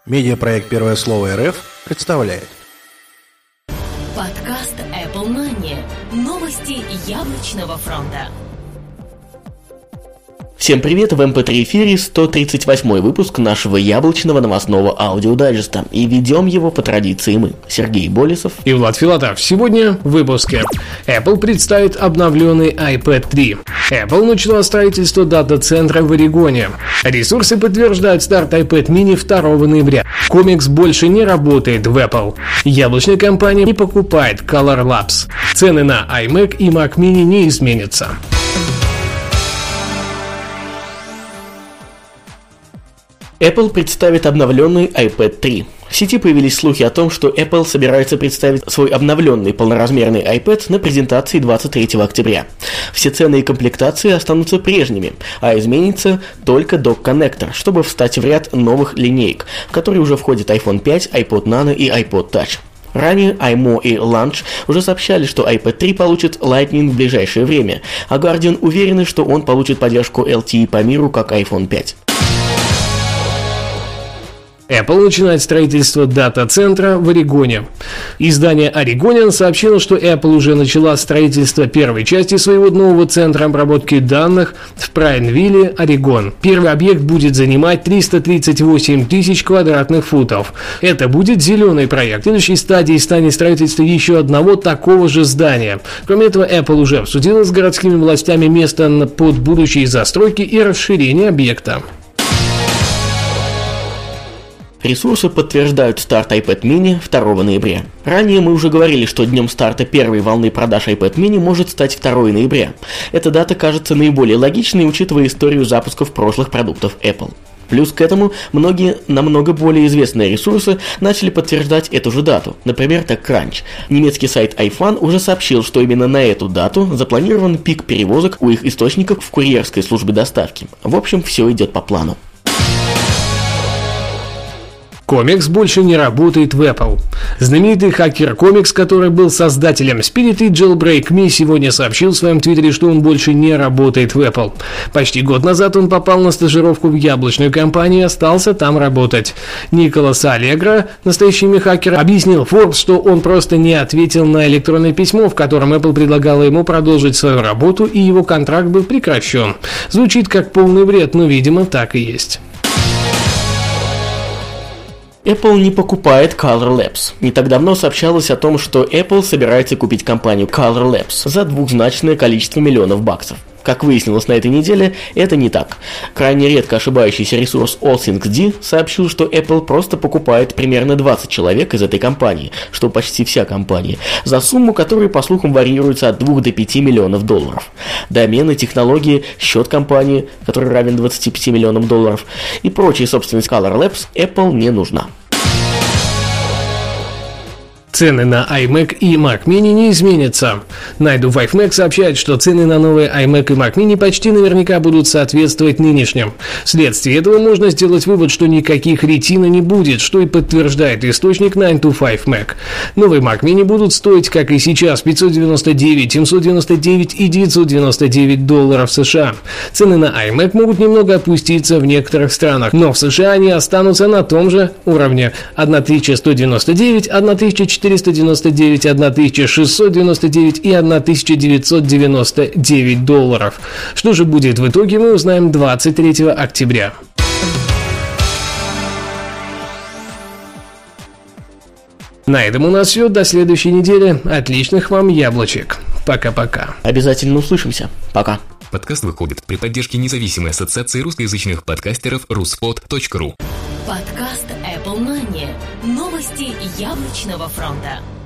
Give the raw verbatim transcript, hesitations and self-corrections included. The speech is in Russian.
Медиапроект «Первое слово РФ» представляет. Подкаст Apple Money. Новости яблочного фронта. Всем привет, в эм пэ три эфире сто тридцать восьмой выпуск нашего яблочного новостного аудиодайджеста. И ведем его по традиции мы, Сергей Болесов и Влад Филатов. Сегодня в выпуске. Apple представит обновленный iPad три. Apple начала строительство дата-центра в Орегоне. Ресурсы подтверждают старт iPad mini второго ноября. Комикс больше не работает в Apple. Яблочная компания не покупает Color Labs. Цены на iMac и Mac mini не изменятся. Apple представит обновленный iPad три. В сети появились слухи о том, что Apple собирается представить свой обновленный полноразмерный iPad на презентации двадцать третьего октября. Все цены и комплектации останутся прежними, а изменится только док-коннектор, чтобы встать в ряд новых линеек, в которые уже входят iPhone пять, iPod Nano и iPod Touch. Ранее ай эм о и Launch уже сообщали, что iPad три получит Lightning в ближайшее время, а Guardian уверены, что он получит поддержку эл ти и по миру, как iPhone пять. Apple начинает строительство дата-центра в Орегоне. Издание Oregonian сообщило, что Apple уже начала строительство первой части своего нового центра обработки данных в Прайнвилле, Орегон. Первый объект будет занимать триста тридцать восемь тысяч квадратных футов. Это будет зеленый проект. Следующей стадией станет строительство еще одного такого же здания. Кроме этого, Apple уже обсудила с городскими властями место под будущие застройки и расширение объекта. Ресурсы подтверждают старт iPad mini второго ноября. Ранее мы уже говорили, что днем старта первой волны продаж iPad mini может стать второго ноября. Эта дата кажется наиболее логичной, учитывая историю запусков прошлых продуктов Apple. Плюс к этому многие намного более известные ресурсы начали подтверждать эту же дату. Например, TechCrunch. Немецкий сайт iFun уже сообщил, что именно на эту дату запланирован пик перевозок у их источников в курьерской службе доставки. В общем, все идет по плану. Комикс больше не работает в Apple. Знаменитый хакер Комикс, который был создателем Spirit и Jailbreak Me, сегодня сообщил в своем твиттере, что он больше не работает в Apple. Почти год назад он попал на стажировку в яблочную компанию и остался там работать. Николас Аллегро, настоящий хакер, объяснил Forbes, что он просто не ответил на электронное письмо, в котором Apple предлагала ему продолжить свою работу, и его контракт был прекращен. Звучит как полный бред, но, видимо, так и есть. Apple не покупает Color Labs. Не так давно сообщалось о том, что Apple собирается купить компанию Color Labs за двухзначное количество миллионов баксов. Как выяснилось на этой неделе, это не так. Крайне редко ошибающийся ресурс AllThingsD сообщил, что Apple просто покупает примерно двадцать человек из этой компании, что почти вся компания, за сумму, которая, по слухам, варьируется от двух до пяти миллионов долларов. Домены, технологии, счет компании, который равен двадцати пяти миллионам долларов, и прочая собственность Color Labs Apple не нужна. Цены на iMac и Mac mini не изменятся. nine to five Mac сообщает, что цены на новые iMac и Mac mini почти наверняка будут соответствовать нынешним. Вследствие этого можно сделать вывод, что никаких Retina не будет, что и подтверждает источник nine to five Mac. Новые Mac mini будут стоить, как и сейчас, пятьсот девяносто девять, семьсот девяносто девять и девятьсот девяносто девять долларов США. Цены на iMac могут немного опуститься в некоторых странах, но в США они останутся на том же уровне: тысяча сто девяносто девять, тысяча четыреста девяносто девять, тысяча шестьсот девяносто девять и тысяча девятьсот девяносто девять долларов. Что же будет в итоге, мы узнаем двадцать третьего октября. На этом у нас все. До следующей недели. Отличных вам яблочек. Пока-пока. Обязательно услышимся. Пока. Подкаст выходит при поддержке независимой ассоциации русскоязычных подкастеров руспод точка ру. Подкаст Apple Money. Новости яблочного фронта.